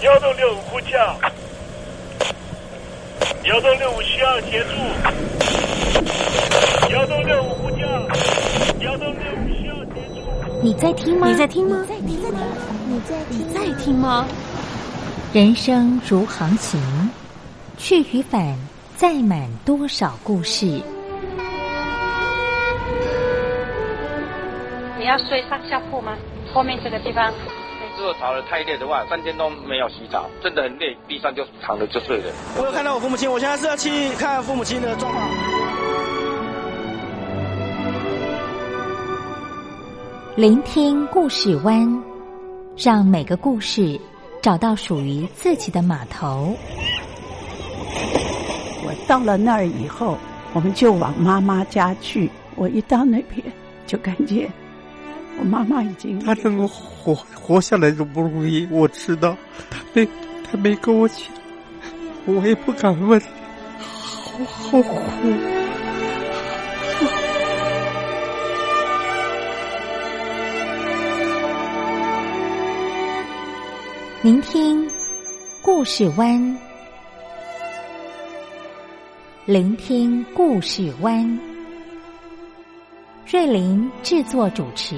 166呼叫，166需要协助，166呼叫，166需要协助。 你在听吗？ 你在听吗？ 你在听吗？人生如航行，去与返，载满多少故事。 你要睡上下铺吗？后面这个地方。 如果吵得太累的话，3天都没有洗澡，真的很累，地上就躺着就睡了。 我有看到我父母亲，我现在是要去看父母亲的状况。 聆听故事湾，让每个故事找到属于自己的码头。 我到了那儿以后，我们就往妈妈家去。我一到那边，就感觉我妈妈已经， 她能够活下来容不容易，我知道。她没跟我讲，我也不敢问，好苦。 聆听故事湾，聆听故事湾。瑞麟制作主持。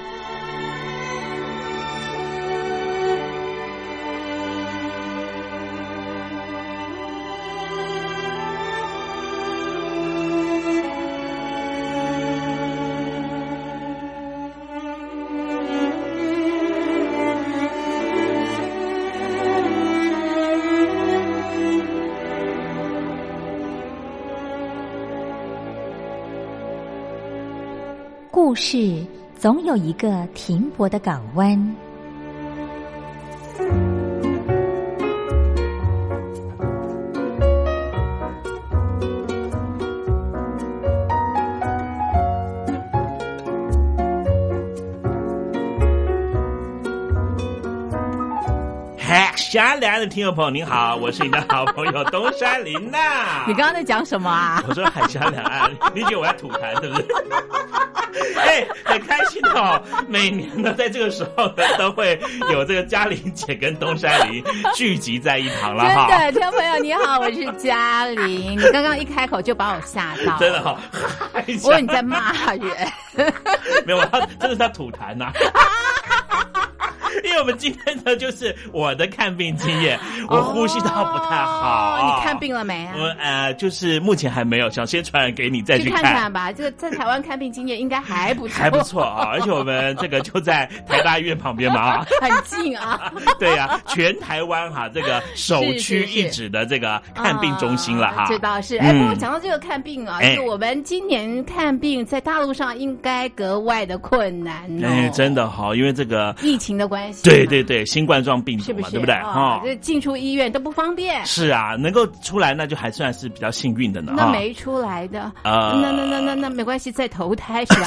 故事总有一个停泊的港湾。 善良的听众朋友您好，我是你的好朋友东山林呐。 你刚刚在讲什么啊？ 我说海峡两岸，你觉得我在吐痰是不是？哎，很开心哦！每年呢，在这个时候呢，都会有这个嘉玲姐跟东山林聚集在一堂了哈。 真的，听众朋友你好，我是嘉玲。你刚刚一开口就把我吓到， 真的哈、哦！ 我以为你在骂人， 没有，真的是他吐痰呐、因为我们今天呢，就是我的看病经验，我呼吸道不太好。 你看病了没啊？ 我就是目前还没有，想先传染给你再去看。 去看看吧，这个在台湾看病经验应该还不错， 还不错啊！而且我们这个就在台大医院旁边嘛， 很近啊。 对呀、全台湾哈这个首屈一指的这个看病中心了哈。 这倒是。哎，不过讲到这个看病啊，就我们今年看病在大陆上应该格外的困难哦。 哎，真的哈，因为这个疫情的关系。 对对对，新冠状病毒嘛， 是不是对不对？ 哈，这进出医院都不方便。 是啊，能够出来那就还算是比较幸运的呢。 那没出来的，那没关系，再投胎是吧？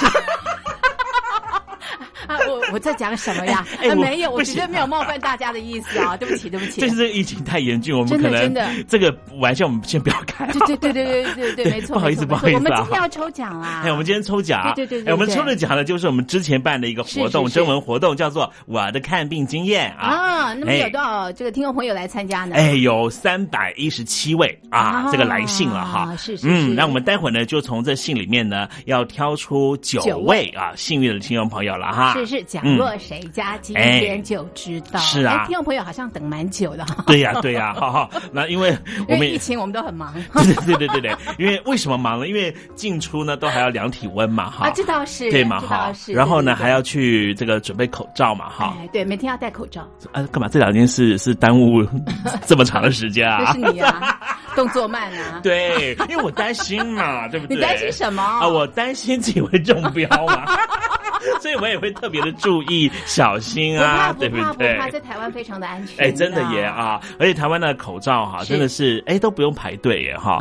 啊，我在讲什么呀？没有，我绝对没有冒犯大家的意思啊！对不起。 这是疫情太严峻，我们可能这个玩笑我们先不要开。 对，没错。 不好意思啊。 我们今天要抽奖啊！ 我们今天抽奖。 对。 我们抽的奖呢，就是我们之前办的一个活动，征文活动，叫做“我的看病经验”啊。 那么有多少这个听众朋友来参加呢？ 有317位啊，这个来信了哈。 是。 那我们待会儿呢，就从这信里面呢，要挑出9位啊幸运的听众朋友了哈。 是，讲落谁家今天就知道。 是啊， 听众朋友好像等蛮久的哈。 对呀，好。那因为我们疫情我们都很忙。 对，因为为什么忙呢？因为进出呢都还要量体温嘛哈。 这倒是。 对嘛哈。然后呢还要去这个准备口罩嘛哈。 对，每天要戴口罩。 干嘛这2件事是耽误这么长的时间啊？ 那是你啊，动作慢啊。 对，因为我担心嘛，对不对？ 你担心什么？ 我担心自己会中标嘛。所以我也会特别的注意小心啊，对不对？ 不怕，在台湾非常的安全。 真的耶啊！而且台湾的口罩哈，真的是都不用排队耶哈。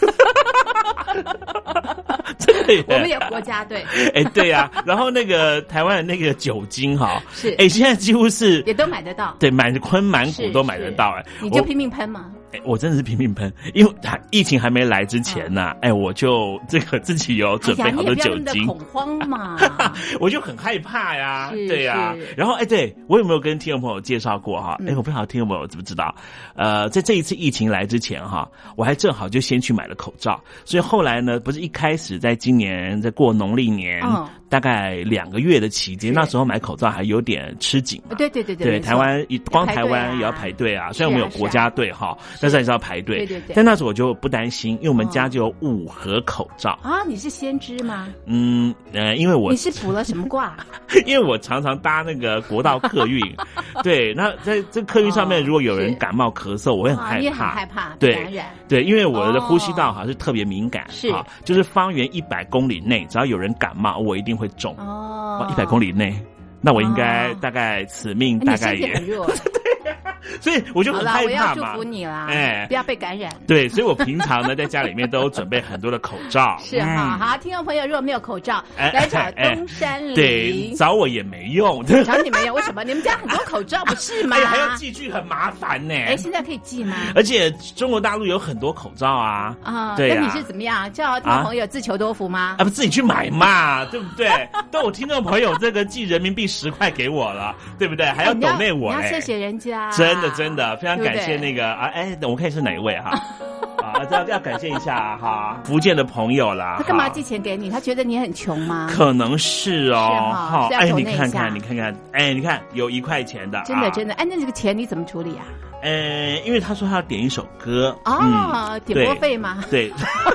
真的耶， 我们有国家队。 对呀。然后那个台湾的那个酒精哈， 是现在几乎是也都买得到。 对，满坤满谷都买得到你就拼命喷嘛。 我真的是频频喷，因为疫情还没来之前呢，我就这个自己有准备好多酒精。 你也不要那么恐慌嘛， 我就很害怕呀，对呀。然后对我有没有跟听众朋友介绍过哈？我不知道听众朋友知不知道，在这一次疫情来之前哈，我还正好就先去买了口罩，所以后来呢，不是一开始在今年在过农历年，大概2个月的期间，那时候买口罩还有点吃紧嘛。对，台湾光台湾也要排队啊，虽然我们有国家队哈。但是还是要排队，对。但那时候我就不担心，因为我们家就有5盒口罩啊。你是先知吗？ 因为你是卜了什么卦？ 因为我常常搭那个国道客运，对。那在这客运上面，如果有人感冒咳嗽，我会很害怕， 你很害怕感染。 对，因为我的呼吸道好像是特别敏感， 是就是方圆100公里内，只要有人感冒，我一定会中。100公里内，那我应该大概此命大概也。所以我就很害怕嘛。 我要祝福你啦，不要被感染。 对，所以我平常呢在家里面都准备很多的口罩。 是哈，好，听众朋友如果没有口罩，来找东山林。 对，找我也没用。 找你没用，为什么？你们家很多口罩不是吗？ 还要寄去，很麻烦呢。 现在可以寄吗？ 而且中国大陆有很多口罩啊。对啊。 那你是怎么样？叫听众朋友自求多福吗？ 不自己去买嘛，对不对？都有听众朋友这个寄人民币10块给我了，对不对？还要抖内我， 你要谢谢人家。 真的非常感谢那个我看是哪一位哈？要感谢一下哈，福建的朋友啦。 他干嘛寄钱给你？他觉得你很穷吗？ 可能是哦。 好， 你看看，你看有1块钱的。 真的，那这个钱你怎么处理啊？ 因为他说他要点一首歌。 点播费吗？ 对。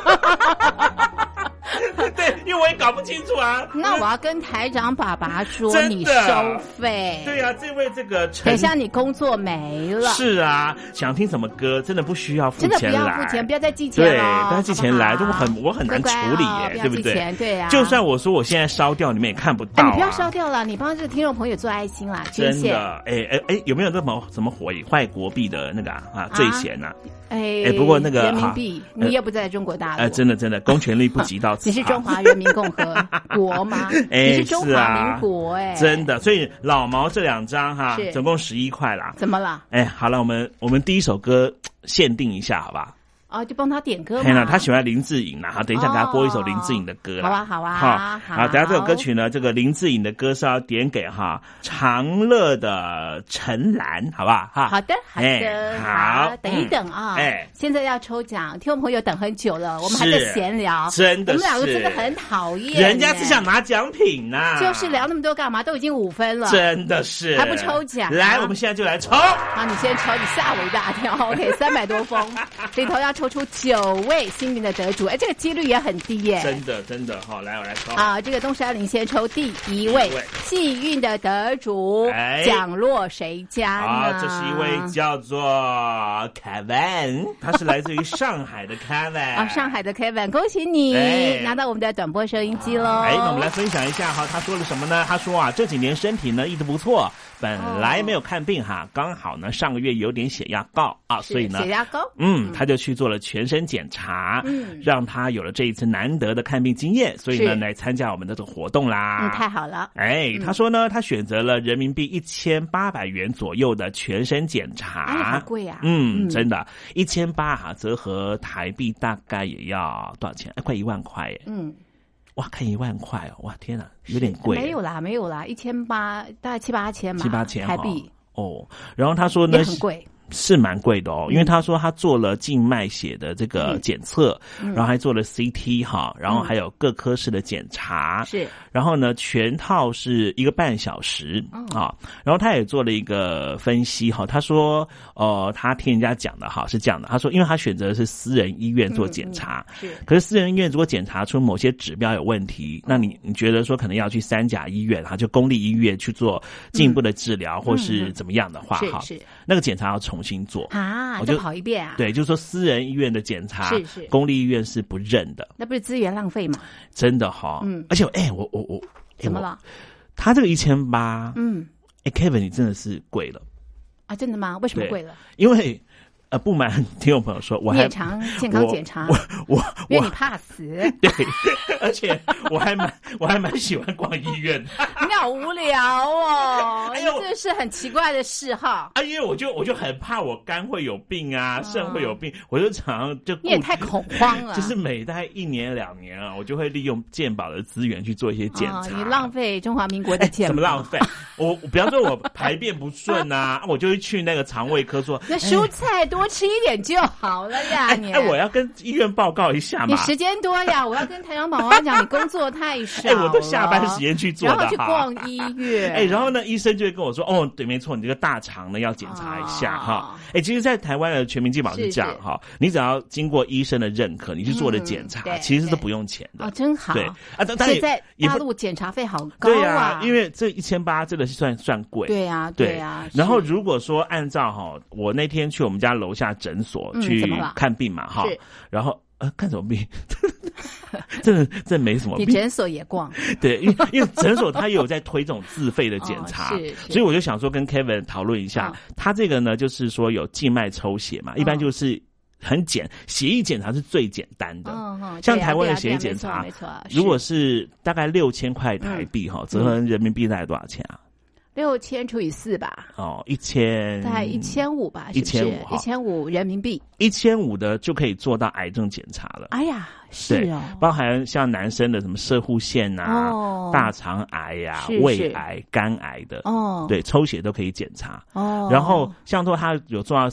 对，因为我也搞不清楚啊。 那我要跟台长爸爸说你收费。 对啊，这位这个等一下你工作没了。 是啊，想听什么歌真的不需要付钱来。 真的不要付钱，不要再寄钱了。 对，不要寄钱来，我很难处理耶，对不对？ 对啊。 就算我说我现在烧掉，你们也看不到。 你不要烧掉了，你帮这个听众朋友做爱心啦，捐献。 真的，有没有什么坏国币的那个罪嫌啊？不过那个人民币，你也不在中国大陆。 真的，公权力不及到此。 你是中华人民共和国吗？你是中华民国真的，所以老毛这2张哈，总共11块啦。 怎么了？ 好了，我们第一首歌限定一下，好吧？ 就帮他点歌嘛。 他喜欢林志颖啦，好，等一下给他播一首林志颖的歌啦。 好啊。 好，等一下这首歌曲呢，这个林志颖的歌是要点给长乐的陈兰，好不好？ 好的，好，等一等啊。现在要抽奖，听众朋友等很久了，我们还在闲聊， 真的是， 我们2个真的很讨厌， 人家只想拿奖品呐， 就是聊那么多干嘛？都已经5分了， 真的是， 还不抽奖？ 来，我们现在就来抽。 好，你先抽，你吓我一大跳。OK， 300多封，里头要抽出9位幸运的得主，这个几率也很低耶。 真的，好，来我来抽。 这个东山林先抽第1位幸运的得主，奖落谁家呢？ 这是一位叫做 Kevin， 他是来自于上海的 Kevin。 上海的 Kevin， 恭喜你拿到我们的短波收音机喽。 那我们来分享一下他说了什么呢？他说这几年身体呢一直不错，本来没有看病刚好呢上个月有点血压高所以呢血压高， 他就去做了全身检查，让他有了这一次难得的看病经验，所以呢来参加我们的这个活动啦。 太好了。 他说呢他选择了人民币1800元左右的全身检查。 好贵啊。 真的1800折合台币大概也要多少钱？快1万块耶。哇，看1万块哦！哇，天哪，有点贵。 没有啦，1800，大概7、8千嘛，7、8千台币。 然后他说呢， 也很贵。 是蛮贵的因为他说他做了静脉血的这个检测，然后还做了 CT 然后还有各科室的检查， 是， 然后呢全套是1个半小时然后他也做了一个分析他说他听人家讲的是这样的，他说因为他选择的是私人医院做检查， 是， 可是私人医院如果检查出某些指标有问题，那你觉得说可能要去3甲医院就公立医院去做进一步的治疗或是怎么样的话是那个检查要重新做我就跑一遍啊。 对，就是说私人医院的检查是公立医院是不认的， 那不是资源浪费吗？ 真的而且我怎么了？ 他这个1800，Kevin 你真的是贵了真的吗？为什么贵了？ 因为不瞒听众朋友说，我还健康检查，因为你怕死。 对，而且我还蛮喜欢逛医院的。 你好无聊哦！哎呦，这是很奇怪的嗜好。 因为我就很怕我肝会有病啊，肾会有病，我就常常就你也太恐慌了。 就是每大概1年2年啊，我就会利用健保的资源去做一些检查。 你浪费中华民国的健保？ 怎么浪费？我比方说我排便不顺啊，我就会去那个肠胃科说， 那蔬菜多吃一点就好了呀。 我要跟医院报告一下嘛。 你时间多呀，我要跟台阳宝宝讲，你工作太少了。 我都下班时间去做的， 然后去逛医院。 然后呢，医生就会跟我说，对，没错，你这个大肠呢要检查一下哈。其实，在台湾的全民健保是这样哈，你只要经过医生的认可，你去做的检查，其实是不用钱的。 真好。 对但是在大陆检查费好高啊。 对啊，因为这1800真的是算贵。 对啊，对啊。 然后如果说按照我那天去我们家楼下诊所去看病嘛哈，然后看什么病？这没什么病。 你诊所也逛？ 对，因为诊所他也有在推这种自费的检查，所以我就想说跟 Kevin 讨论一下，他这个呢就是说有静脉抽血嘛，一般就是血液检查是最简单的。像台湾的血液检查，如果是大概6000块台币折合人民币大概多少钱啊 ？6000除以4吧。 1000， 大概1500吧，1500人民币。 1500的就可以做到癌症检查了。 哎呀，是哦。 包含像男生的什么攝護腺啊、大肠癌啊、胃癌、肝癌的，对，抽血都可以检查。然后像说他有做到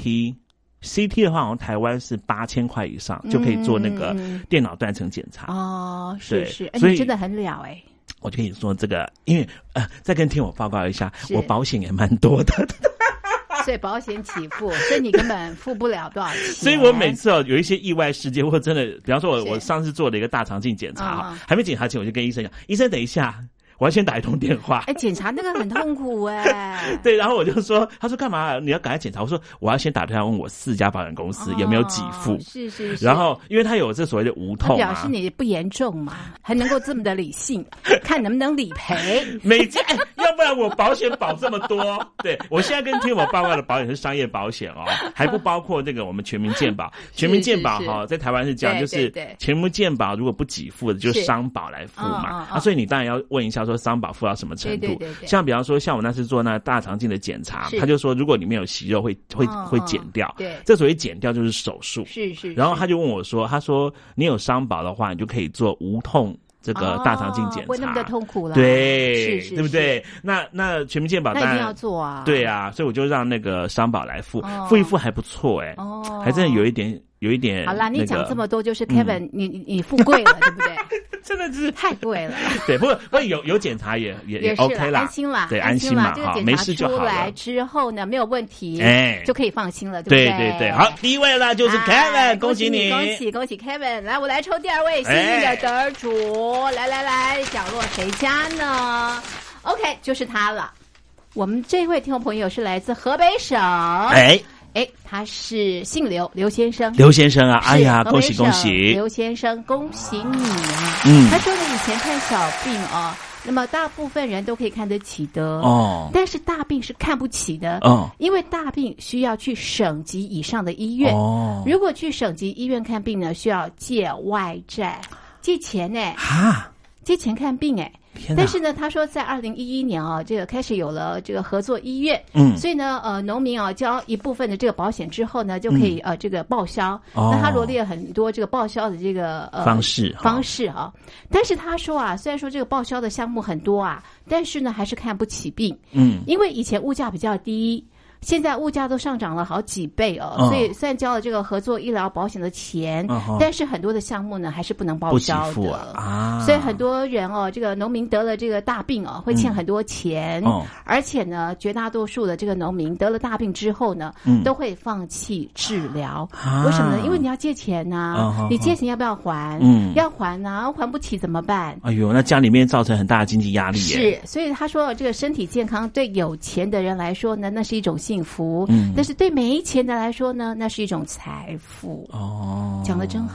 CT 的话，好像台湾是8000块以上就可以做那个电脑断层检查。 是，所以你真的很了我就跟你说这个，因为再跟听我报告一下，我保险也蛮多的。 所以保险起付，所以你根本付不了多少钱。 所以我每次有一些意外事件，或真的，比方说我上次做了一个大肠镜检查，还没检查前我就跟医生讲，医生等一下。我要先打一通电话。 检查那个很痛苦对，然后我就说，他说干嘛？你要赶快检查。我说我要先打电话问我4家保险公司有没有给付。 是。 然后因为他有这所谓的无痛表示你不严重嘛，还能够这么的理性，看能不能理赔。 每家要不然我保险保这么多。对，我现在跟听我报告的保险是商业保险还不包括那个我们全民健保。全民健保在台湾是这样，就是全民健保如果不给付的，就是商保来付嘛。所以你当然要问一下。说商保付到什么程度？ 对， 像比方说，像我那次做那大肠镜的检查，他就说，如果里面有息肉会剪掉。对，这所谓剪掉就是手术。是。然后他就问我说，他说你有商保的话，你就可以做无痛这个大肠镜检查， 不会那么的痛苦了。 对，对不对？那全民健保那一定要做啊。 对啊，所以我就让那个商保来付，付一付还不错还真的有一点。 好啦，你讲这么多，就是 Kevin，你富贵了，对不对？ 真的是太贵了。 对，不过有检查也 OK 啦， 安心啦， 对，安心嘛，好，没事就好了。 出来之后呢，没有问题，就可以放心了，对不对？对，好，第一位啦就是 Kevin， 恭喜你， 恭喜 Kevin！ 来，我来抽第2位幸运的得主，来，角落谁家呢 ？OK， 就是他了。我们这位听众朋友是来自河北省，他是姓刘，刘先生。刘先生啊，哎呀，恭喜！刘先生，恭喜你啊！他说呢，以前看小病那么大部分人都可以看得起的但是大病是看不起的因为大病需要去省级以上的医院如果去省级医院看病呢，需要借外债，借钱借钱看病但是呢，他说在2011年这个开始有了这个合作医院，所以呢，农民交一部分的这个保险之后呢，就可以这个报销。那他罗列了很多这个报销的这个方式但是他说虽然说这个报销的项目很多但是呢，还是看不起病。因为以前物价比较低。现在物价都上涨了好几倍所以虽然交了这个合作医疗保险的钱但是很多的项目呢还是不能报销的所以很多人这个农民得了这个大病会欠很多钱而且呢绝大多数的这个农民得了大病之后呢都会放弃治疗为什么呢？因为你要借钱你借钱要不要还要还还不起怎么办？哎呦， 那家里面造成很大的经济压力是，所以他说这个身体健康对有钱的人来说呢，那是一种幸福但是对没钱的来说呢，那是一种财富讲得真好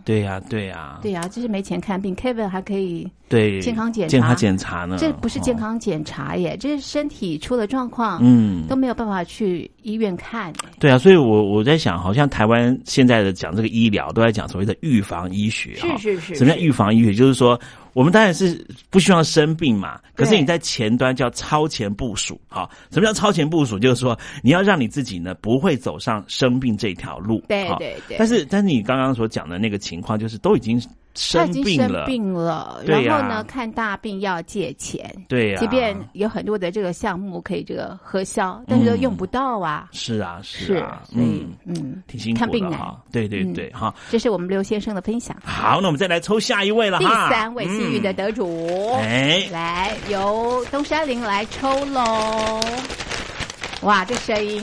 对呀，对呀， 对呀，就是没钱看病 ，Kevin 还可以对健康检查呢，这不是健康检查耶，这是身体出了状况，都没有办法去医院看。 对啊，所以我在想，好像台湾现在的讲这个医疗都在讲所谓的预防医学， 是， 什么叫预防医学？就是说，我们当然是不希望生病嘛，可是你在前端叫超前部署。好，什么叫超前部署？就是说你要让你自己呢不会走上生病这条路。 对。 但是你刚刚所讲的那个情况，就是都已经生病了， 然后呢，看大病要借钱， 对呀， 即便有很多的这个项目可以这个核销，但是都用不到啊。 是啊， 所以挺辛苦的， 看病难。 对哈， 这是我们刘先生的分享。 好，那我们再来抽下一位了哈， 第3位幸运的得主，来由东山林来抽喽。哇，这声音，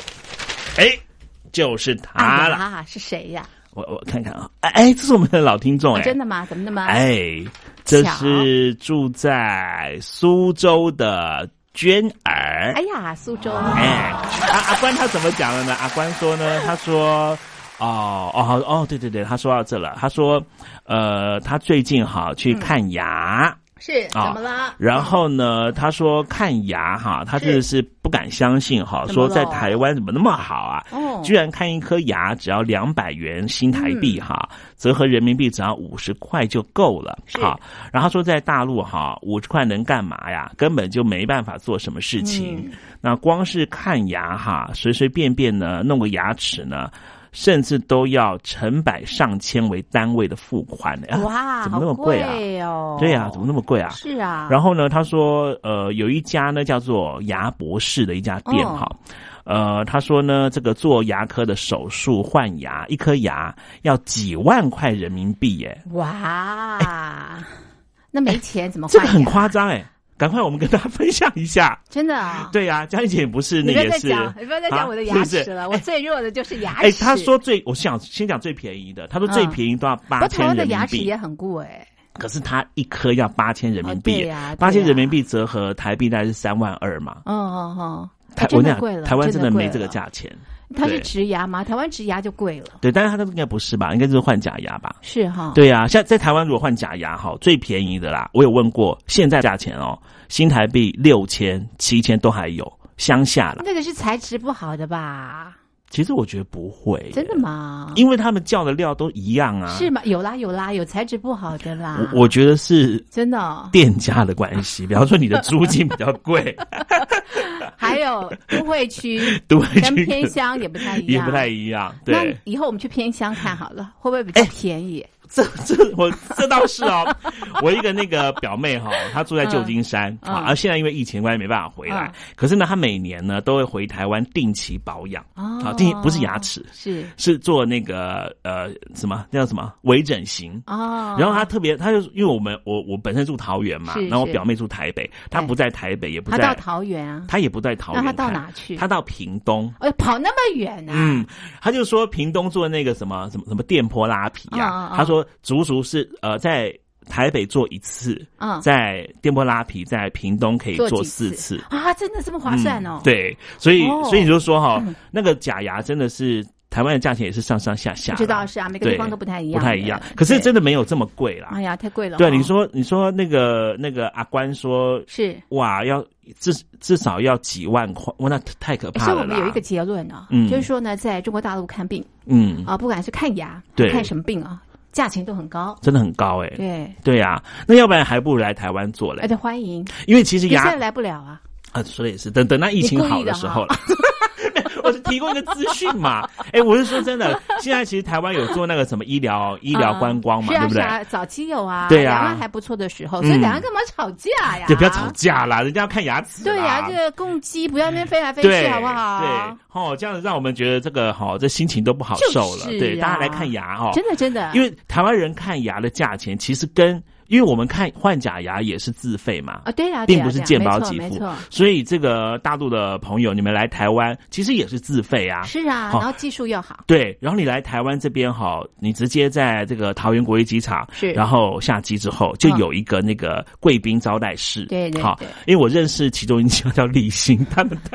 就是他了， 是谁呀？ 我看看啊，这是我们的老听众真的吗？怎么那么这是住在苏州的娟儿。 哎呀，苏州阿关他怎么讲了呢？阿关说呢，他说对，他说到这了，他说他最近去看牙。 是怎么了？ 然后呢，他说看牙他真的是不敢相信说在台湾怎么那么好啊？居然看一颗牙只要200元新台币折合人民币只要50块就够了。然后说在大陆50块能干嘛呀？根本就没办法做什么事情。那光是看牙随随便便呢弄个牙齿呢，甚至都要成百上千为单位的付款。 哇， 怎么那么贵啊？对呀，怎么那么贵啊？ 是啊。 然后呢，他说有一家呢叫做牙博士的一家店他说呢，这个做牙科的手术换牙，一颗牙要几万块人民币耶。 哇，那没钱怎么换？ 这个很夸张赶快我们跟大家分享一下。 真的啊？ 对呀，嘉玲姐不是那个是， 你不要再讲我的牙齿了，我最弱的就是牙齿。 他说我先讲最便宜的，他说最便宜都要8000人民币。 台湾的牙齿也很贵可是他一颗要8000人民币，8000人民币折合台币大概是32000嘛。 真的贵了， 台湾真的没这个价钱。 它是植牙吗？台湾植牙就贵了。 对，但是它应该不是吧？应该就是换假牙吧？ 是哈。 对啊，像在台湾如果换假牙最便宜的啦，我有问过，现在价钱新台币6000、7000都还有，乡下啦。 那个是材质不好的吧？ 其实我觉得不会。 真的吗？ 因为他们叫的料都一样啊。 是吗？有啦，有材质不好的啦。 我觉得是真的店家的关系，比方说你的租金比较贵。 还有都会区跟偏乡也不太一样， 对。 那以后我们去偏乡看好了，会不会比较便宜？ 这倒是我一个那个表妹她住在旧金山而现在因为疫情关系没办法回来，可是呢她每年呢都会回台湾定期保养不是牙齿，是做那个什么叫什么微整形然后她特别，她就因为我本身住桃园嘛，然后我表妹住台北，她不在台北，也不在， 她到桃园啊， 她也不在桃园， 那她到哪去？ 她到屏东， 跑那么远啊？ 她就说屏东做那个什么电波拉皮她说足足是在台北做1次，在电波拉皮在屏东可以做4次啊，真的这么划算对，所以你就说那个假牙真的是台湾的价钱也是上上下下， 知道是啊，每个地方都不太一样， 可是真的没有这么贵啦。 哎呀，太贵了。 对，你说那个阿关说是哇，要至少要几万块，哇，那太可怕了啦。 所以我们有一个结论就是说呢，在中国大陆看病，不管是看牙，看什么病价钱都很高， 真的很高对啊，那要不然还不如来台湾做嘞。 欢迎， 因为其实牙你现在来不了啊。 说的也是，等那疫情好的时候了。我是提供一个资讯嘛，我是说真的，现在其实台湾有做那个什么医疗观光嘛，对不对？ 是啊，早期有啊， 对啊， 两岸还不错的时候，所以两岸干嘛吵架呀？ 就不要吵架啦，人家要看牙齿。 对呀，这个公鸡不要那边飞来飞去，好不好？ 对，这样子让我们觉得这个这心情都不好受了。对，大家来看牙真的， 因为台湾人看牙的价钱其实因为我们看换假牙也是自费嘛， 对啊， 并不是健保给付， 没错。 所以这个大陆的朋友，你们来台湾其实也是自费啊。 是啊，然后技术又好。 对，然后你来台湾这边你直接在这个桃园国际机场，然后下机之后就有一个那个贵宾招待室。 对， 因为我认识其中一家叫立新，他们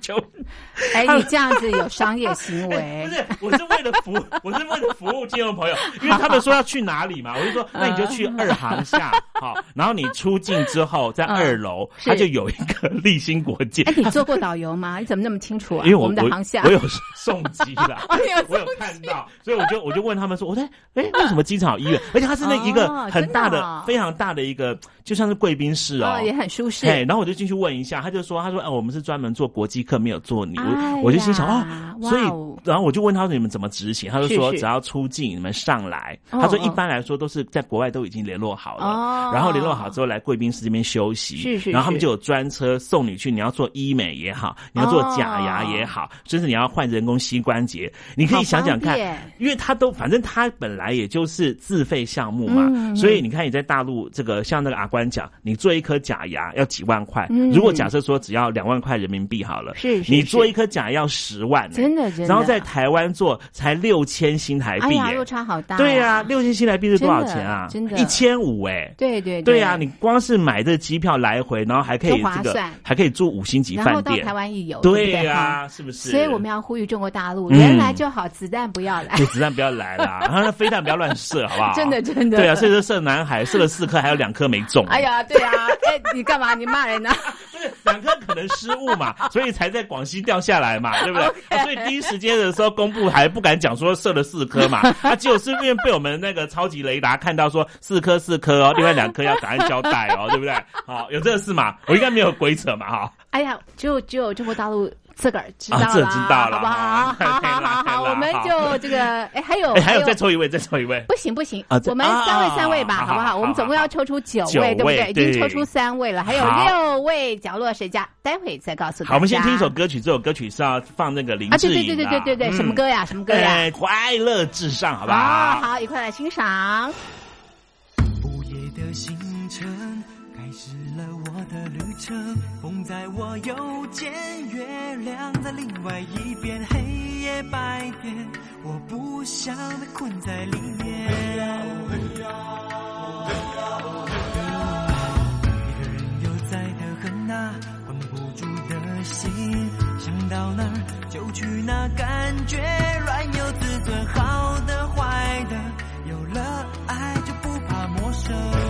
就。 哎，你这样子有商业行为？ 不是，我是为了服务听众朋友，因为他们说要去哪里嘛，我就说那你就去2航厦，好，然后你出境之后在2楼，它就有一个立新国舰。 哎，你做过导游吗？你怎么那么清楚啊？ 因为我们的航厦， 我有送机啦， 我有看到，所以我就问他们说，我说为什么机场有医院？而且它是那一个很大的、非常大的一个，就像是贵宾室哦， 也很舒适。 然后我就进去问一下，他说我们是专门做国际课，没有做你。我就心想所以然后我就问他说你们怎么执行？他就说只要出境你们上来。他说一般来说都是在国外都已经联络好了，然后联络好之后来贵宾室这边休息，然后他们就有专车送你去，你要做医美也好，你要做假牙也好，甚至你要换人工膝关节，你可以想想看，因为反正他本来也就是自费项目嘛，所以你看你在大陆这个像那个阿关讲，你做一颗假牙要几万块，如果假设说只要2万块人民币好了，你做一颗假牙要10万， 真的， 然后在台湾做才6000新台币， 落差好大。 对啊，6000新台币是多少钱啊？ 真的 1500哎。对啊，你光是买这机票来回，然后还可以还可以住5星级饭店，然后到台湾一游， 对啊，是不是？ 所以我们要呼吁中国大陆，人来就好，子弹不要来， 对，子弹不要来啦，然后那飞弹不要乱射，好不好？ 真的。 对啊，所以说射南海射了4颗，还有2颗没中。 哎呀，对啊，你干嘛？你骂人呢？ 不是2颗可能失误嘛，所以才在广西掉下来嘛，对不对？所以第一时间的时候公布还不敢讲说射了4颗嘛，结果是因为被我们那个超级雷达看到说4颗哦，另外2颗要赶快交代哦，对不对？好，有这个事嘛？我应该没有鬼扯嘛，哈。 哎呀，只有中国大陆自个儿知道了， 知道了， 好不好？好，我们就这个，还有再抽一位， 不行，我们3位吧，好不好？我们总共要抽出9位，对不对？已经抽出3位了，还有6位角落谁家，待会再告诉大家。 好，我们先听一首歌曲，这首歌曲是要放那个林志颖的， 对，什么歌呀？ 快乐至上，好不好？ 好，一块来欣赏。 午夜的星辰开始了我的旅程，风在我右肩，月亮在另外一边，黑夜白天，我不想被困在里面。一个人悠哉的很啊，绷不住的心，想到哪儿就去哪，感觉软有自尊，好的坏的，有了爱就不怕陌生。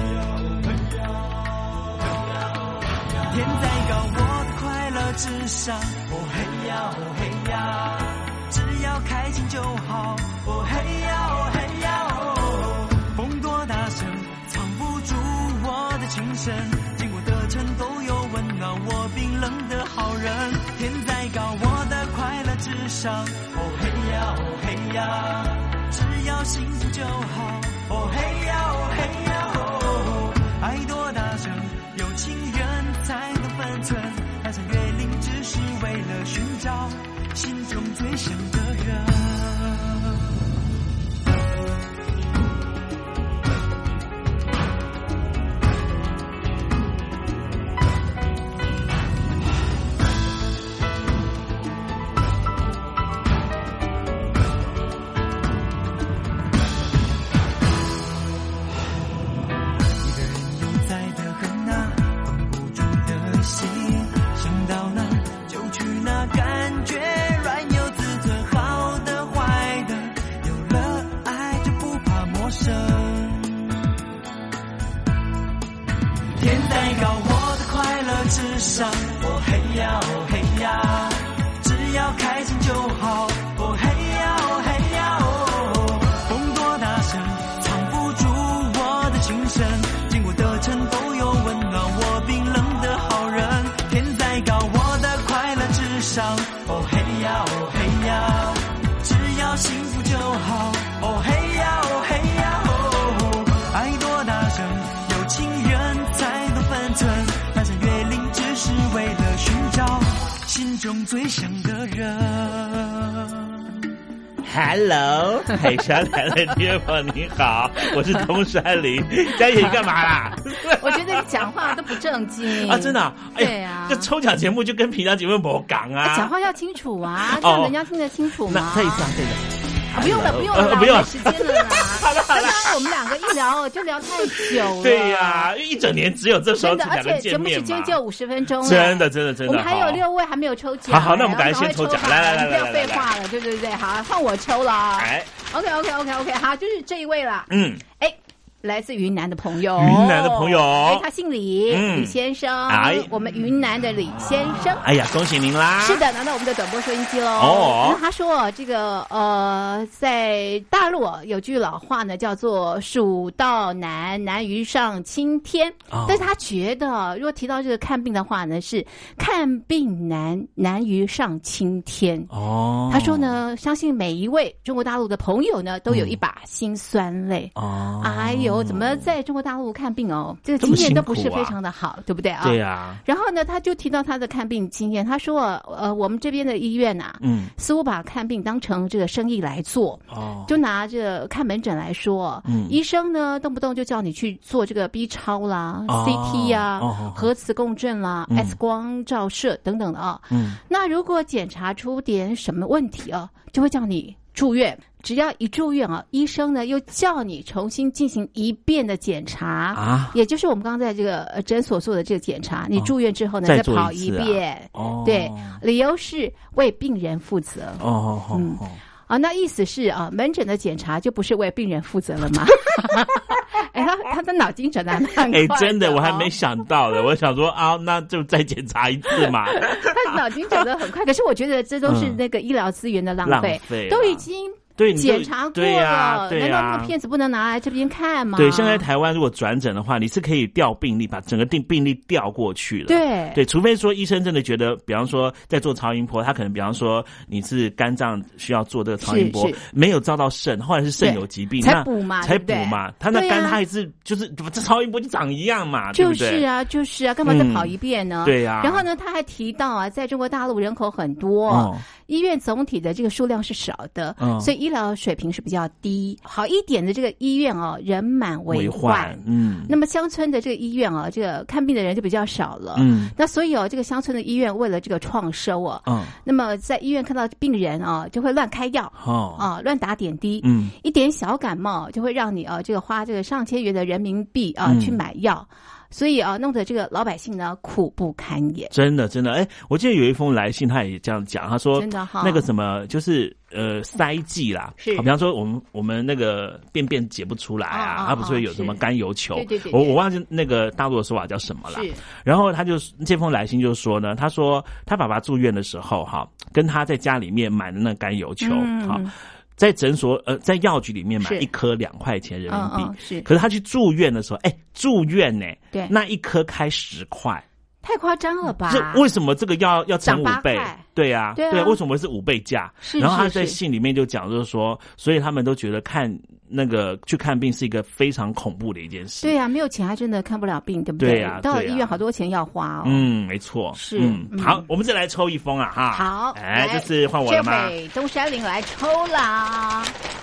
天再高，我的快乐至上。哦嘿呀，哦嘿呀，只要开心就好。哦嘿呀，哦嘿呀，哦，风多大声，藏不住我的情深。经过的城都有温暖我冰冷的好人。天再高，我的快乐至上。哦嘿呀，哦嘿呀，只要幸福就好。哦嘿呀，哦嘿呀，哦，爱多大声，有情人才能分寸，翻山越岭只是为了寻找心中最想的人。哦嘿呀，哦嘿呀，只要开心就好。哦嘿呀，哦嘿呀，哦，风多大声，藏不住我的情深。经过的城都有温暖我冰冷的好人。天再高，我的快乐至上。哦嘿呀，哦嘿呀，只要幸福就好。哦嘿呀，哦嘿呀，哦，爱多大声，有情人才懂分寸。翻山越岭只是为了寻找心中最想的人。 Hello， 海山来了，爹妈你好，我是东山林。佳姐你干嘛啦？ 我觉得你讲话都不正经啊，真的、啊？ 对啊， 这抽奖节目就跟平常节目不讲啊， 讲话要清楚啊，让人家听得清楚嘛。 那这一次啊，这个。 不用了，不用了， 不用没时间了啦。 好了， 刚刚我们两个一聊就聊太久了。 对呀，一整年只有这时候才能见面嘛。 而且节目时间就50分钟， 真的。 我们还有6位还没有抽奖。 好，那我们赶快先抽奖，来， 不要废话了，对，好，换我抽了。 哎 ，OK，好，就是这一位了。来自云南的朋友，他姓李，李先生，我们云南的李先生。 哎呀，恭喜您啦！ 是的，拿到我们的短波收音机喽。那他说这个在大陆有句老话呢，叫做蜀道难，难于上青天。但是他觉得，如果提到这个看病的话呢，是看病难，难于上青天。他说呢，相信每一位中国大陆的朋友呢，都有一把辛酸泪。哎呦，怎么在中国大陆看病这个经验都不是非常的好，对不对啊？ 对啊。 然后呢，他就提到他的看病经验，他说我们这边的医院似乎把看病当成这个生意来做。就拿这个看门诊来说，医生呢动不动就叫你去做这个 B 超啦、CT 啊、核磁共振啦、X 光照射等等的那如果检查出点什么问题就会叫你住院。只要一住院医生呢又叫你重新进行一遍的检查也就是我们刚刚在这个诊所做的这个检查，你住院之后呢再跑一遍。对，理由是为病人负责。那意思是门诊的检查就不是为病人负责了吗？他的脑筋转得蛮快的。 真的，我还没想到的。我想说那就再检查一次嘛。 他脑筋转得很快，可是我觉得这都是那个医疗资源的浪费，都已经检查过了，难道那个片子不能拿来这边看吗？ 对，现在台湾如果转诊的话，你是可以调病历，把整个病历调过去了。对，除非说医生真的觉得，比方说在做超音波，他可能比方说你是肝脏需要做这个超音波，没有照到肾，或者是肾有疾病， 才补嘛， 他那肝他也是就是这超音波就长一样嘛，对不对？ 就是啊，干嘛再跑一遍呢？ 对呀。 然后呢，他还提到在中国大陆人口很多，医院总体的这个数量是少的，所以医疗水平是比较低。好一点的这个医院人满为患。那么乡村的这个医院这个看病的人就比较少了。那所以这个乡村的医院为了这个创收那么在医院看到病人就会乱开药乱打点滴。一点小感冒就会让你这个花这个上千元的人民币去买药。所以弄得这个老百姓呢苦不堪言。真的， 我记得有一封来信，他也这样讲，他说真的那个什么就是塞剂啦，比方说我们那个便解不出来他不是会有什么甘油球？对，我忘记那个大陆的说法叫什么了。然后他就这封来信就说呢，他说他爸爸住院的时候跟他在家里面买的那个甘油球在诊所在药局里面买一颗2块钱人民币，可是他去住院的时候，住院呢，对，那一颗开10块， 太夸张了吧？ 这为什么这个要乘5倍？对啊，为什么是5倍价？然后他在信里面就讲，就是说，所以他们都觉得去看病是一个非常恐怖的一件事。对啊， 没有钱还真的看不了病，对不对？ 对啊， 到医院好多钱要花没错。是，好，我们再来抽一封好， 这次换我了吗？ 这回东山林来抽啦。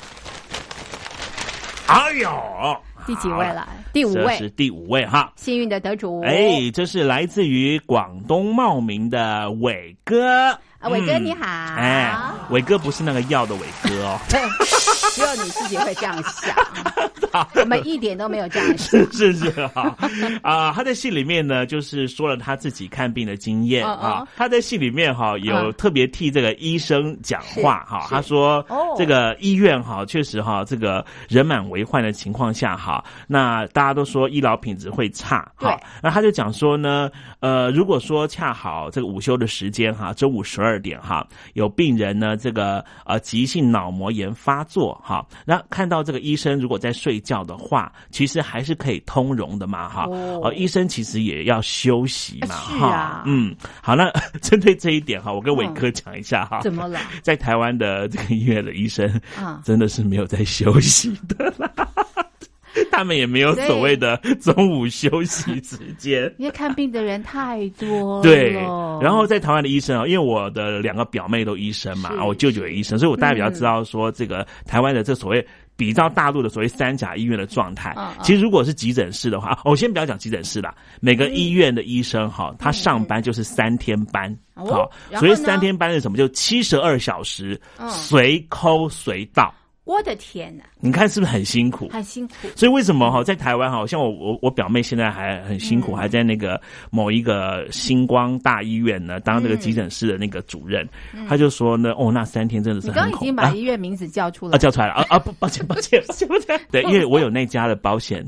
哎呦！ 第几位了？第5位， 这是第5位幸运的得主。 这是来自于广东茂名的伟哥。 伟哥你好。 伟哥不是那个药的伟哥只有你自己会这样想，我们一点都没有这样想。 是他在信里面呢，就是说了他自己看病的经验他在信里面有特别替这个医生讲话他说这个医院确实这个人满为患的情况下那大家都说医疗品质会差那他就讲说呢如果说恰好这个午休的时间中午12点有病人呢这个急性脑膜炎发作那看到这个医生如果在睡觉的话，其实还是可以通融的嘛医生其实也要休息嘛好，那针对这一点我跟伟哥讲一下怎么了？ 在台湾的这个医院的医生真的是没有在休息的啦他们也没有所谓的中午休息时间， 因为看病的人太多了。 对，然后在台湾的医生因为我的2个表妹都医生嘛我舅舅也医生，所以我大概比较知道说这个台湾的这所谓比照大陆的所谓3甲医院的状态其实如果是急诊室的话我先不要讲急诊室啦，每个医院的医生他上班就是3天班所以3天班是什么？就72小时随扣随到我的天哪！ 你看是不是很辛苦？ 很辛苦。 所以为什么在台湾像我表妹现在还很辛苦，还在那个某一个星光大医院呢当这个急诊室的那个主任，他就说呢，那3天真的是很恐怖。 你刚刚已经把医院名字叫出来叫出来了抱歉，对，因为我有那家的保险。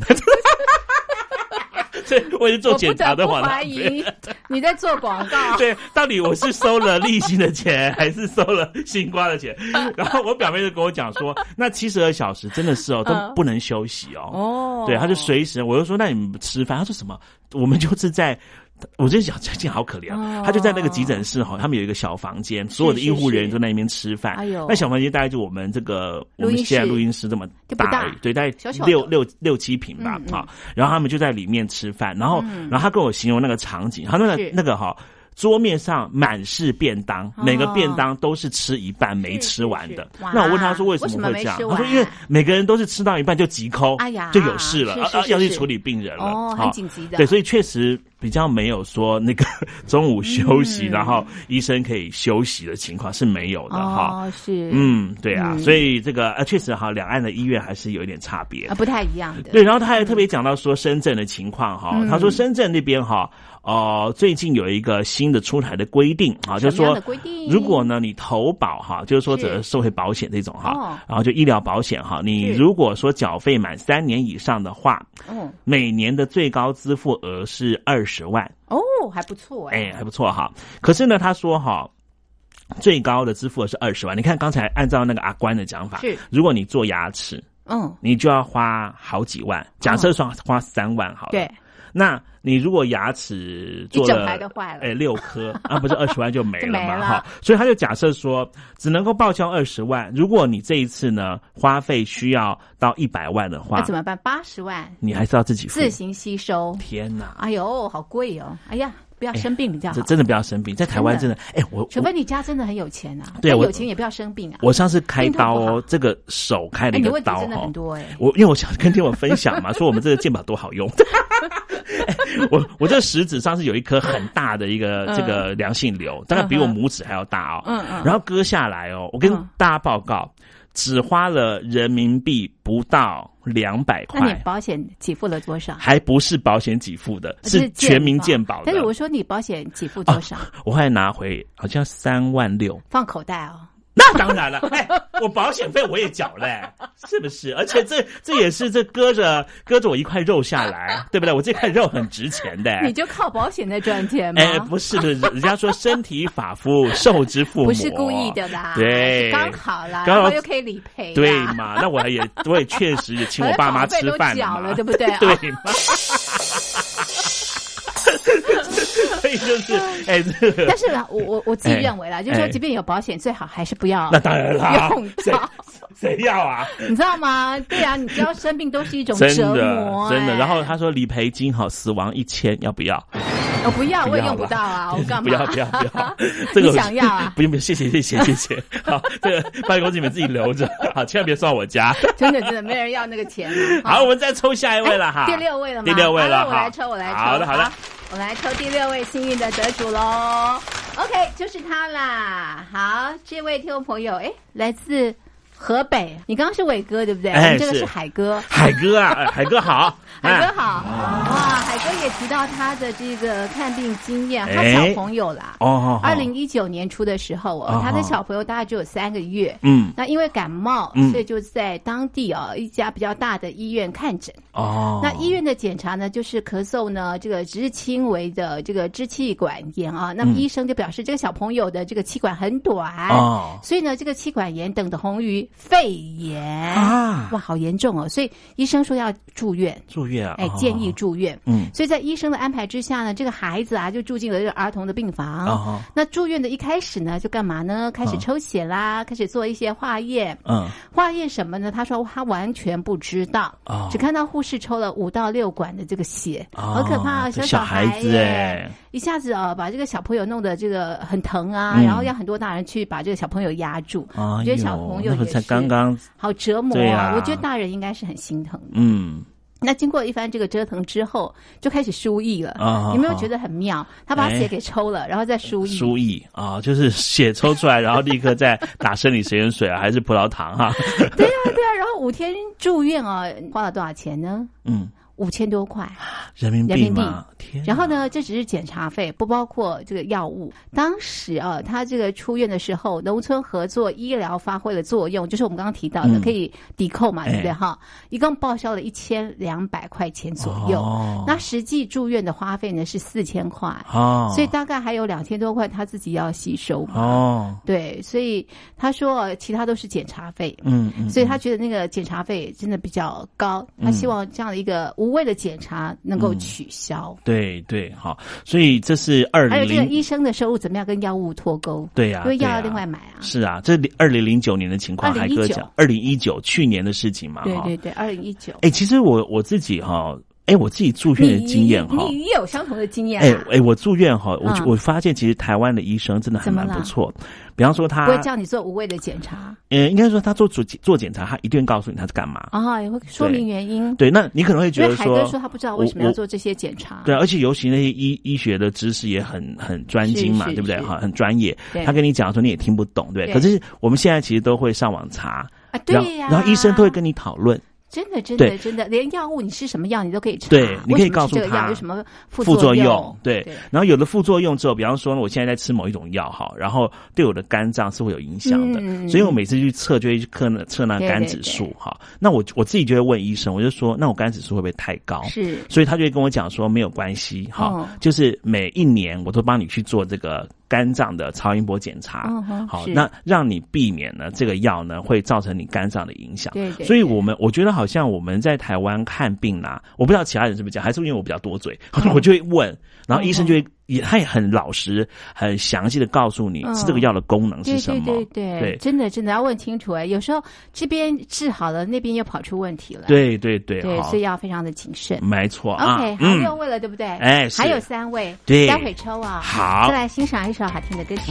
所以我是做检查的话， 我不得不怀疑你在做广告。 对，到底我是收了利息的钱，还是收了星光的钱？然后我表妹就跟我讲说，那72小时真的是都不能休息哦。对，他就随时，我就说那你们吃饭，他说什么？我们就是在。我就想最近好可怜他就在那个急诊室他们有一个小房间，所有的医护人员都在那边吃饭。那小房间大概就我们我们现在录音室这么大而已，对，大概六七坪吧然后他们就在里面吃饭，然后他跟我形容那个场景，他那个桌面上满是便当，每个便当都是吃一半没吃完的。那我问他说为什么会这样？他说因为每个人都是吃到一半就急抠，就有事了，要去处理病人了。 很紧急的。 对，所以确实比较没有说那个中午休息，然后医生可以休息的情况是没有的是。 对啊，所以这个确实两岸的医院还是有一点差别， 不太一样的。 对，然后他还特别讲到说深圳的情况他说深圳那边最近有一个新的出台的规定就是说如果呢你投保就是说这社会保险这种然后就医疗保险你如果说缴费满3年以上的话，每年的最高支付额是20万还不错还不错可是呢他说最高的支付额是20万。你看刚才按照那个阿关的讲法，如果你做牙齿你就要花好几万，假设说花3万好了，对，那你如果牙齿做了6颗不是20万就没了嘛所以他就假设说只能够报销20万，如果你这一次呢花费需要到100万的话， 那怎么办？80万你还是要自己付， 自行吸收。 天哪， 哎呦好贵哎呀，不要生病比较好。 真的不要生病，在台湾真的除非你家真的很有钱对， 有钱也不要生病我上次开刀这个手开了一个刀真的很多因为我想跟我分享嘛说我们这个健保多好用我这食指上是有一颗很大的一个这个良性瘤，大概比我拇指还要大然后割下来我跟大家报告只花了人民币不到200块。 那你保险给付了多少？ 还不是保险给付的，是全民健保的。 但是我说你保险给付多少？ 我后来拿回好像3万6， 放口袋那当然了，我保险费我也缴是不是？而且这也是割着我一块肉下来，对不对？我这块肉很值钱的。 你就靠保险在赚钱吗？ 不是的，人家说身体发肤受之父母， 不是故意的啦， 对， 刚好啦，然后又可以理赔， 对嘛？那我也确实也请我爸妈吃饭嘛， 对不对？ 对嘛？所以就是但是我自己认为啦，就是说即便有保险最好还是不要。 那当然啦， 用到谁要啊？ 你知道吗？对啊，你只要生病都是一种折磨真的。然后他说理赔金死亡1000要不要？ 我不要，我也用不到我干嘛？ 不要这个你想要不用谢谢好，这个办公室你们自己留着好，千万别送我家。 真的没人要那个钱好，我们再抽下一位了第6位了吗？ 第6位了， 我来抽好的我来抽第6位幸运的得主咯。 OK 就是他啦。好，这位听众朋友来自河北，你刚刚是伟哥对不对？我们这个是海哥。 海哥啊，海哥好， 海哥好。哇，海哥也提到他的这个看病经验，他小朋友啦。2019年初的时候他的小朋友大概只有3个月。那因为感冒，所以就在当地一家比较大的医院看诊。那医院的检查呢，就是咳嗽呢，这个只是轻微的这个支气管炎那么医生就表示这个小朋友的这个气管很短所以呢，这个气管炎等同于肺炎哇，好严重所以医生说要住院建议住院。所以在医生的安排之下呢，这个孩子就住进了这个儿童的病房。那住院的一开始呢，就干嘛呢？开始抽血啦，开始做一些化验。化验什么呢？他说他完全不知道，只看到护士抽了5到6管的这个血，好可怕小孩子一下子把这个小朋友弄得这个很疼然后要很多大人去把这个小朋友压住。我觉得小朋友也是刚刚好折磨我觉得大人应该是很心疼的。 那经过一番这个折腾之后，就开始输液了。有没有觉得很妙？他把血给抽了，然后再输液。 输液啊，就是血抽出来，然后立刻再打生理食盐水还是葡萄糖哈？ 对啊，然后5天住院花了多少钱呢？5000多块人民币吗？ 然后呢，这只是检查费，不包括这个药物。当时他这个出院的时候，农村合作医疗发挥了作用，就是我们刚刚提到的，可以抵扣嘛，对不对哈？一共报销了1200块钱左右。那实际住院的花费呢是4000块，所以大概还有2000多块他自己要吸收嘛。对，所以他说其他都是检查费。所以他觉得那个检查费真的比较高，他希望这样的一个无谓的检查能够取消。 对，好，所以这是还有这个医生的收入怎么样跟药物脱钩？ 对呀， 因为药要另外买啊。 是啊，这2009年的情况还可讲，2019去年的事情嘛。 对，2019。 其实我自己我自己住院的经验你也有相同的经验啊。 我住院我发现其实台湾的医生真的还蛮不错。比方说他不会叫你做无谓的检查。 应该说他做检查，他一定告诉你他是干嘛也会说明原因。 对，那你可能会觉得说， 海哥说他不知道为什么要做这些检查。 对，而且尤其那些医学的知识也很专精嘛，对不对？很专业。他跟你讲说你也听不懂，对。可是我们现在其实都会上网查对呀， 然后医生都会跟你讨论。 真的，连药物你吃什么药你都可以查。 对，你可以告诉他这个药有什么副作用。对，然后有了副作用之后，比方说我现在在吃某一种药然后对我的肝脏是会有影响的，所以我每次去测就会去测那肝指数那我自己就会问医生，我就说那我肝指数会不会太高？ 是， 所以他就会跟我讲说没有关系就是每1年我都帮你去做这个肝脏的超音波检查。好，那让你避免呢这个药呢会造成你肝脏的影响。 对， 所以我觉得好像我们在台湾看病我不知道其他人是不是这样，还是因为我比较多嘴，我就会问，然后医生就会他也很老实很详细的告诉你是这个药的功能是什么。 对，真的要问清楚。有时候这边治好了，那边又跑出问题了。 对， 所以要非常的谨慎。 没错。 OK， 还6位了，对不对？还有3位， 对， 待会抽啊。 好， 再来欣赏一首好听的歌曲。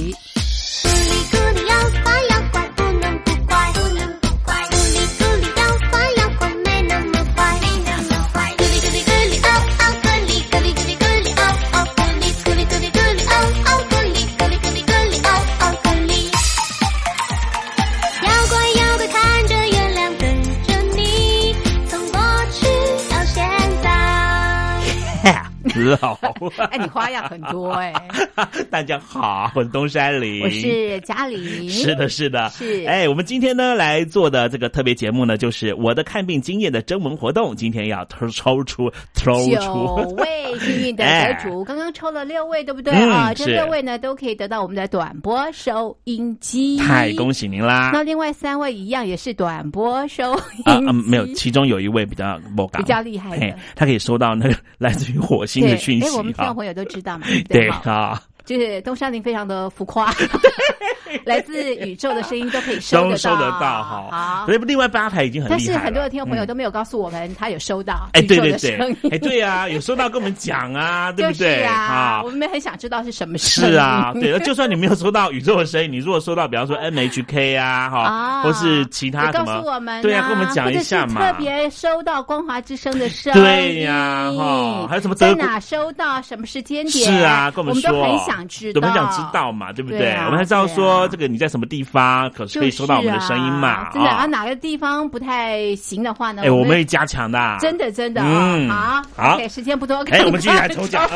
好你花样很多大家好，我是东山林， 我是嘉玲。 是的我们今天呢来做的这个特别节目呢，就是我的看病经验的征文活动。今天要抽出9 位幸运的得主刚刚抽了6位，对不对这6位呢都可以得到我们的短波收音机。 太恭喜您啦！ 那另外3位一样也是短波收音机。 没有，其中有一位比较厉害的，他可以收到那个来自于火星的讯息。 我们听众朋友都知道嘛， 对就是东山林非常的浮夸，来自宇宙的声音都可以收得到。 好，所以另外8台已经很厉害了。 但是很多的听众朋友都没有告诉我们他有收到宇宙的声音。 对啊，有收到跟我们讲啊，对不对？ 我们很想知道是什么声音。 是啊，对，就算你没有收到宇宙的声音，你如果收到比方说 NHK 或是其他什么， 告诉我们对啊，跟我们讲一下嘛。 特别收到光华之声的声音，对呀，还有什么在哪收到，什么时间点？ 是啊，跟我们说， 我们都很想知道， 我们想知道嘛，对不对？我们还知道说这个你在什么地方，可以收到我们的声音嘛？ 真的哪个地方不太行的话呢？ 我们会加强的， 真的好 OK， 时间不多， 我们继续来抽奖。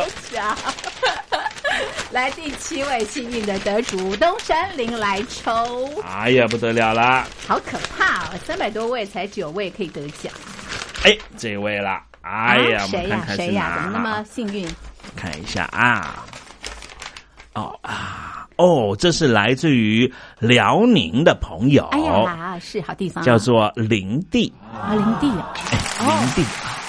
来第7位幸运的得主东山林来抽。 哎呀，不得了啦！ 好可怕300多位才9位可以得奖。 这位啦！哎呀， 谁呀？怎么那么幸运？ 看一下这是来自于辽宁的朋友。 哎呀，是好地方， 叫做林地。 林地林地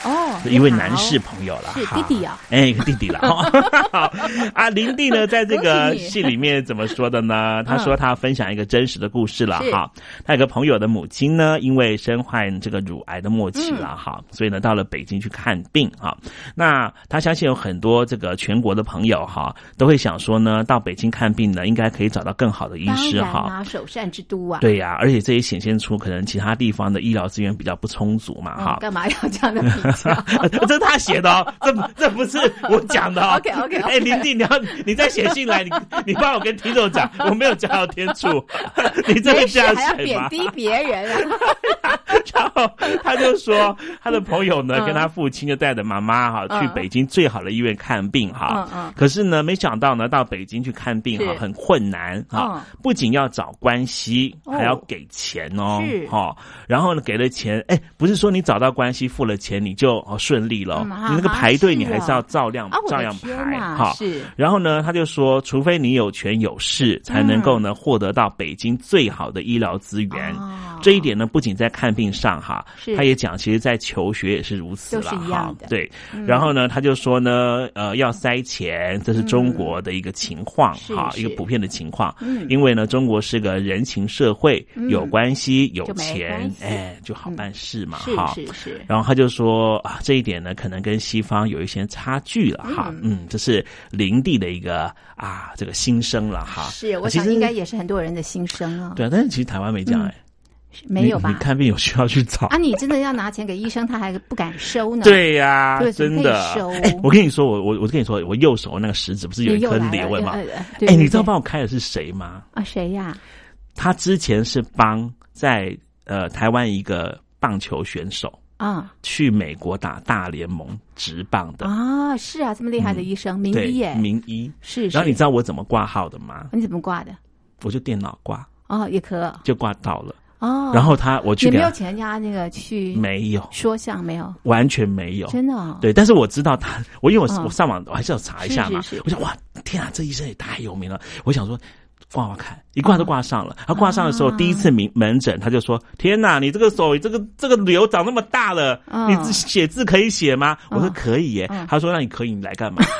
一位男士朋友了， 是弟弟啊， 一个弟弟了。啊，林弟呢，在这个戏里面怎么说的呢？他说他要分享一个真实的故事了哈。他有个朋友的母亲呢，因为身患这个乳癌的末期了哈，所以呢到了北京去看病哈。那他相信有很多这个全国的朋友哈，都会想说呢，到北京看病呢，应该可以找到更好的医师哈。 当然啊，首善之都啊。 对呀，而且这也显现出可能其他地方的医疗资源比较不充足嘛哈。 干嘛要这样的比较？ 这是他写的哦，这不是我讲的哦。 OK， 林弟，你再写信来，你帮我跟听众讲，我没有加到天助，你真的这样写吗？ 还要贬低别人啊？ 然后他就说，他的朋友呢，跟他父亲就带着妈妈哈去北京最好的医院看病哈。可是呢，没想到呢，到北京去看病哈很困难哈，不仅要找关系，还要给钱哦。是哈，然后呢，给了钱，不是说你找到关系付了钱你就顺利了，你那个排队你还是要照样排哈。是，然后呢，他就说，除非你有权有势，才能够呢获得到北京最好的医疗资源。这一点呢，不仅在看病上哈，他也讲，其实在求学也是如此了哈。对，然后呢，他就说呢，要塞钱，这是中国的一个情况哈，一个普遍的情况。因为呢，中国是个人情社会，有关系有钱，就好办事嘛哈。是。然后他就说啊，这一点呢，可能跟西方有一些差距了哈。这是林弟的一个这个心声了哈。是， 我想应该也是很多人的心声啊。 对啊，但是其实台湾没这样没有吧？ 你看病有需要去找啊？你真的要拿钱给医生，他还不敢收呢。 对呀，真的。我跟你说，我跟你说，我右手那个食指不是有一颗瘤吗？你知道帮我开的是谁吗？ 谁呀？ 他之前是帮在台湾一个棒球选手去美国打大联盟职棒的是啊，这么厉害的医生，名医耶， 名医是。 然后你知道我怎么挂号的吗？ 你怎么挂的？ 我就电脑挂也可就挂到了。然后我去也没有请人家那个去没有说相没有完全没有真的对，但是我知道他，因为我上网我还是要查一下嘛。我想哇天啊，这医生也太有名了，我想说挂看，一挂都挂上了。他挂上的时候，第一次门诊他就说：“天哪，你这个手这个瘤长那么大了，你写字可以写吗？”我说：“可以耶。”他说：“那你可以，你来干嘛？”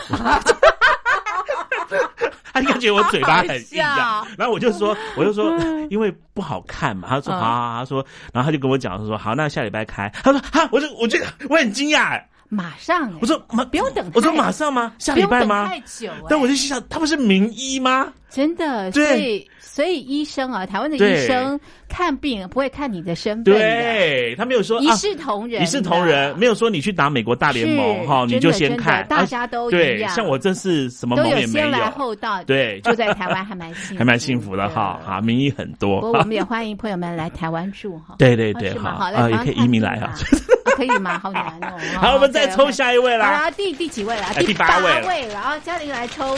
他应该觉得我嘴巴很硬啊，然后我就说，因为不好看嘛。他说好，他说，然后他就跟我讲说好，那下礼拜开。他说我觉得我很惊讶马上我说不用等， 我说马上吗？下礼拜吗？ 不用等太久但我就心想，他不是名医吗？ 真的， 对。 所以医生台湾的医生看病不会看你的身份的， 对，他没有说一视同仁， 一视同仁，没有说你去打美国大联盟你就先看， 大家都一样。 对，像我这是什么盟也没有， 都有先来后到， 对， 住在台湾还蛮幸福的哈，名医很多。 不过我们也欢迎朋友们来台湾住哈， 对对对，好也可以移民来哈， 可以吗？好难哦。 好，我们再抽下一位啦。 好，第几位啦？ 第8 位，然后嘉玲来抽。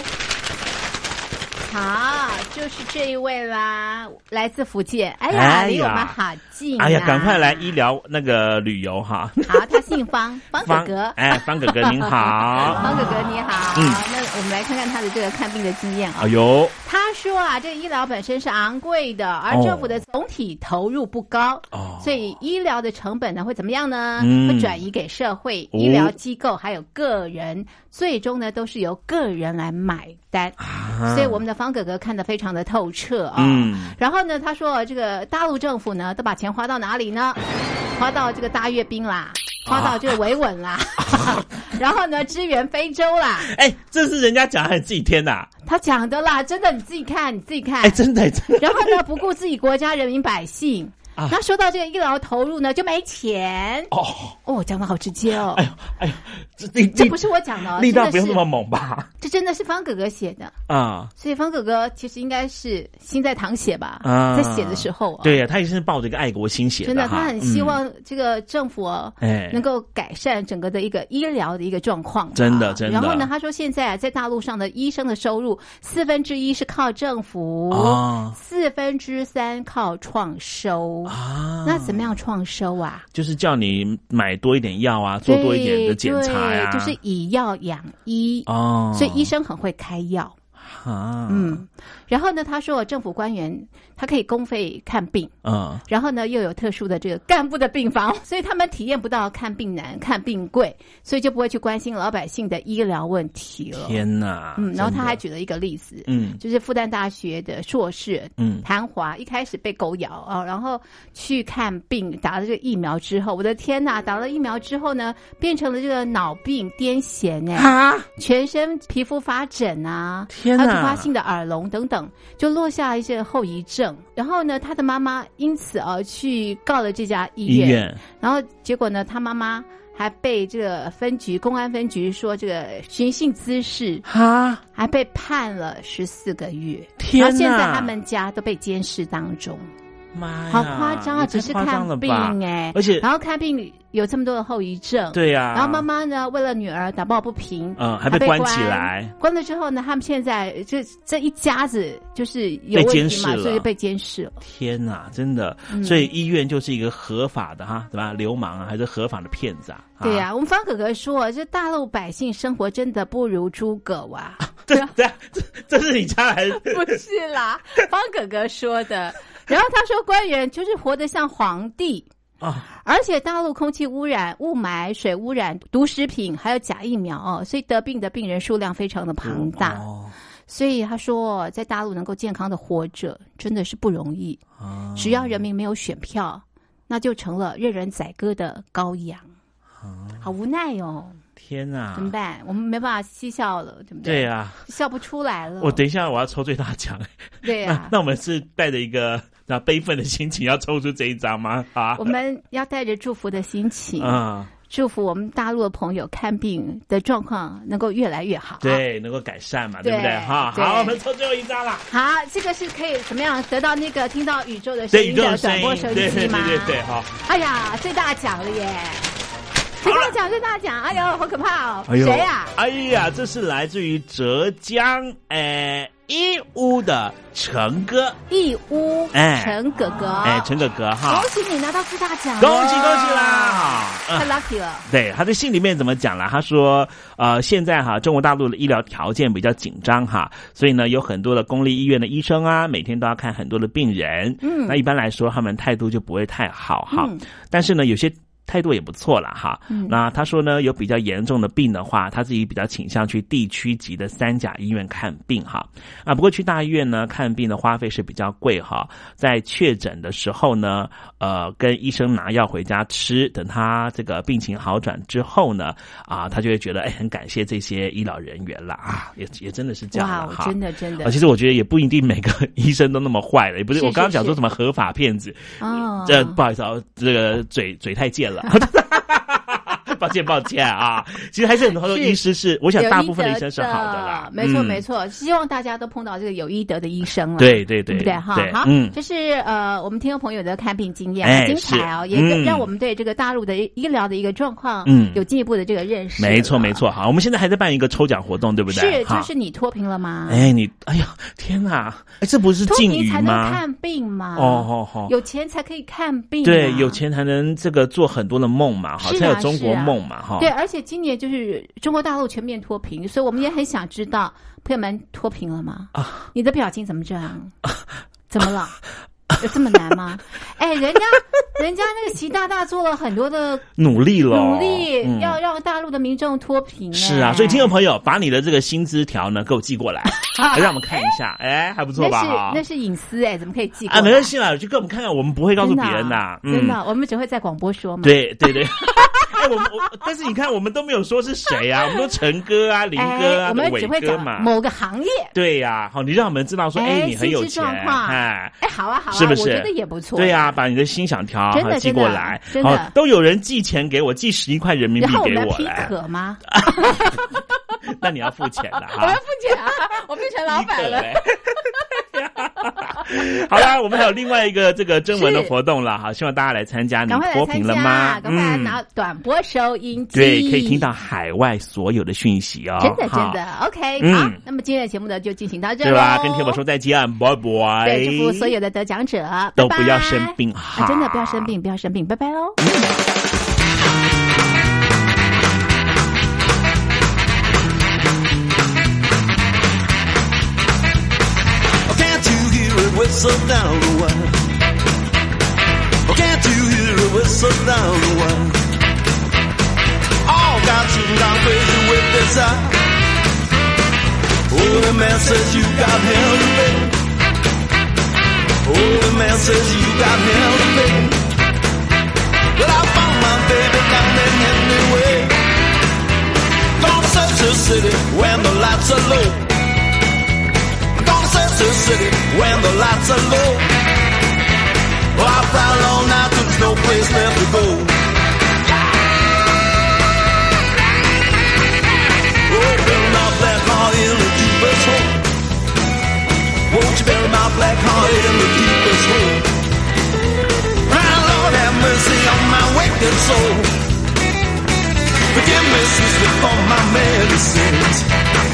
好，就是这一位啦，来自福建。哎呀，离我们好近啊！ 哎呀，赶快来医疗那个旅游哈。 好，他姓方，方哥哥。 方哥哥您好。 方哥哥你好。那我们来看看他的这个看病的经验啊。 哎呦， 他说这个医疗本身是昂贵的，而政府的总体投入不高，所以医疗的成本呢会怎么样呢？会转移给社会、医疗机构还有个人，最终呢都是由个人来买单。所以我们的方哥哥看得非常的透彻然后呢，他说这个大陆政府呢都把钱花到哪里呢？花到这个大阅兵啦，花到这个维稳啦，然后呢支援非洲啦。 这是人家讲还是自己添的？ 他讲的啦，真的你自己看。 真的。 然后呢，不顾自己国家人民百姓。那说到这个医疗投入呢，就没钱讲得好直接哦。 哎呦， 这不是我讲的力道不用那么猛吧？ 这真的是方哥哥写的所以方哥哥其实应该是心在淌血吧？在写的时候对呀，他也是抱着一个爱国心写的。 真的，他很希望这个政府能够改善整个的一个医疗的一个状况。 真的。然后呢，他说现在在大陆上的医生的收入1/4是靠政府，3/4靠创收。那怎么样创收啊？ 就是叫你买多一点药啊，做多一点的检查呀， 就是以药养医所以医生很会开药。 然后呢，他说政府官员他可以公费看病，然后呢又有特殊的这个干部的病房，所以他们体验不到看病难、看病贵，所以就不会去关心老百姓的医疗问题了。 天哪！ 然后他还举了一个例子，就是复旦大学的硕士谭华一开始被狗咬啊，然后去看病，打了这个疫苗之后，我的天哪！打了疫苗之后呢，变成了这个脑病、癫痫全身皮肤发疹啊， 天哪， 还有突发性的耳聋等等，就落下一些后遗症。然后呢，他的妈妈因此去告了这家医院，然后结果呢，他妈妈还被这个公安分局说这个寻衅滋事，还被判了14个月。 天哪！ 然后现在他们家都被监视当中。 妈呀， 好夸张啊！只是看病而且然后看病有这么多的后遗症， 对呀。 然后妈妈呢，为了女儿打抱不平， 还被关起来。 关了之后呢，他们现在这一家子就是有问题嘛，所以被监视了。 天哪，真的！所以医院就是一个合法的对吧？流氓啊，还是合法的骗子啊？ 对呀，我们方哥哥说，这大陆百姓生活真的不如猪狗啊！ 这是你家还是？ 不是啦，方哥哥说的。然后他说，官员就是活得像皇帝而且大陆空气污染、雾霾、水污染、毒食品，还有假疫苗所以得病的病人数量非常的庞大。所以他说，在大陆能够健康的活着，真的是不容易。只要人民没有选票，那就成了任人宰割的羔羊。好无奈哦。 天哪， 怎么办？我们没办法嬉笑了，对不对？ 对呀， 笑不出来了。 我等一下我要抽最大奖。 对呀， 那我们是带着一个悲愤的心情要抽出这一张吗？ 我们要带着祝福的心情祝福我们大陆的朋友看病的状况能够越来越好， 对，能够改善嘛，对不对？好，我们抽最后一张了。 好，这个是可以怎么样得到那个听到宇宙的声音的短波收音机吗？ 对，好。 哎呀，最大奖了耶！最大奖！哎呦，好可怕哦！谁呀？ 哎呀，这是来自于浙江义乌的陈哥， 义乌陈哥哥， 陈哥哥恭喜你拿到最大奖， 恭喜啦！ 太 lucky 了。 对，他在信里面怎么讲啦？他说，现在中国大陆的医疗条件比较紧张所以呢，有很多的公立医院的医生每天都要看很多的病人。那一般来说，他们态度就不会太好但是呢，有些态度也不错啦那他说呢，有比较严重的病的话，他自己比较倾向去地区级的3甲医院看病不过去大医院呢看病的花费是比较贵在确诊的时候呢，跟医生拿药回家吃，等他这个病情好转之后呢，他就会觉得很感谢这些医疗人员啦也真的是这样了真的其实我觉得也不一定每个医生都那么坏了，也不是我刚刚讲说什么合法骗子不好意思这个嘴太贱了抱歉其实还是很多医师是我想大部分的医生是好的啦， 没错希望大家都碰到这个有医德的医生了， 对不对好这是我们听众朋友的看病经验很精彩也让我们对这个大陆的医疗的一个状况有进一步的这个认识。 没错好，我们现在还在办一个抽奖活动，对不对？ 是，就是你脱贫了吗？ 哎呀天哪，这不是禁语吗？脱贫才能看病嘛，有钱才可以看病对，有钱才能这个做很多的梦嘛才有中国梦嘛对，而且今年就是中国大陆全面脱贫，所以我们也很想知道朋友们脱贫了吗？你的表情怎么这样？怎么了？有这么难吗？人家那个习大大做了很多的努力要让大陆的民众脱贫。 是啊，所以听众朋友把你的这个薪资条呢给我寄过来让我们看一下还不错吧？ 那是隐私怎么可以寄过来？ 没关系啦，就给我们看看，我们不会告诉别人的真的我们只会在广播说嘛。 对但是你看我们都没有说是谁我们都陈哥林哥我们只会讲某个行业。 对呀你让我们知道说你很有钱好啊是不是？ 我觉得也不错。 对把你的心想条寄过来， 真的都有人寄钱给我，寄11块人民币给我来。 然后我们批可吗？ 那你要付钱的我要付钱我变成老板了。 好啦，我们还有另外一个这个征文的活动了希望大家来参加。你脱贫了吗？ 赶快来拿短波收音机， 对，可以听到海外所有的讯息真的 OK 好，那么今天的节目呢就进行到这了， 跟天宝说再见，拜拜。 对，祝福所有的得奖者都不要生病真的不要生病，拜拜喽。 whistle down the wind? Oh, can't you hear a whistle down the wind? All got you gone crazy with desire. Oh, the man says you got hell to pay. Oh, the man says you got hell to pay. But I found my baby down in anyway. Gonna search the city when the lights are low. Gonna search the city when the lights are low. Well, I prowl all night, there's no place left to go. Oh, bury my black heart in the deepest hole. Won't you bury my black heart in the deepest hole? My Lord, have mercy on my wicked soul. Forgive me, sister, for my many sins.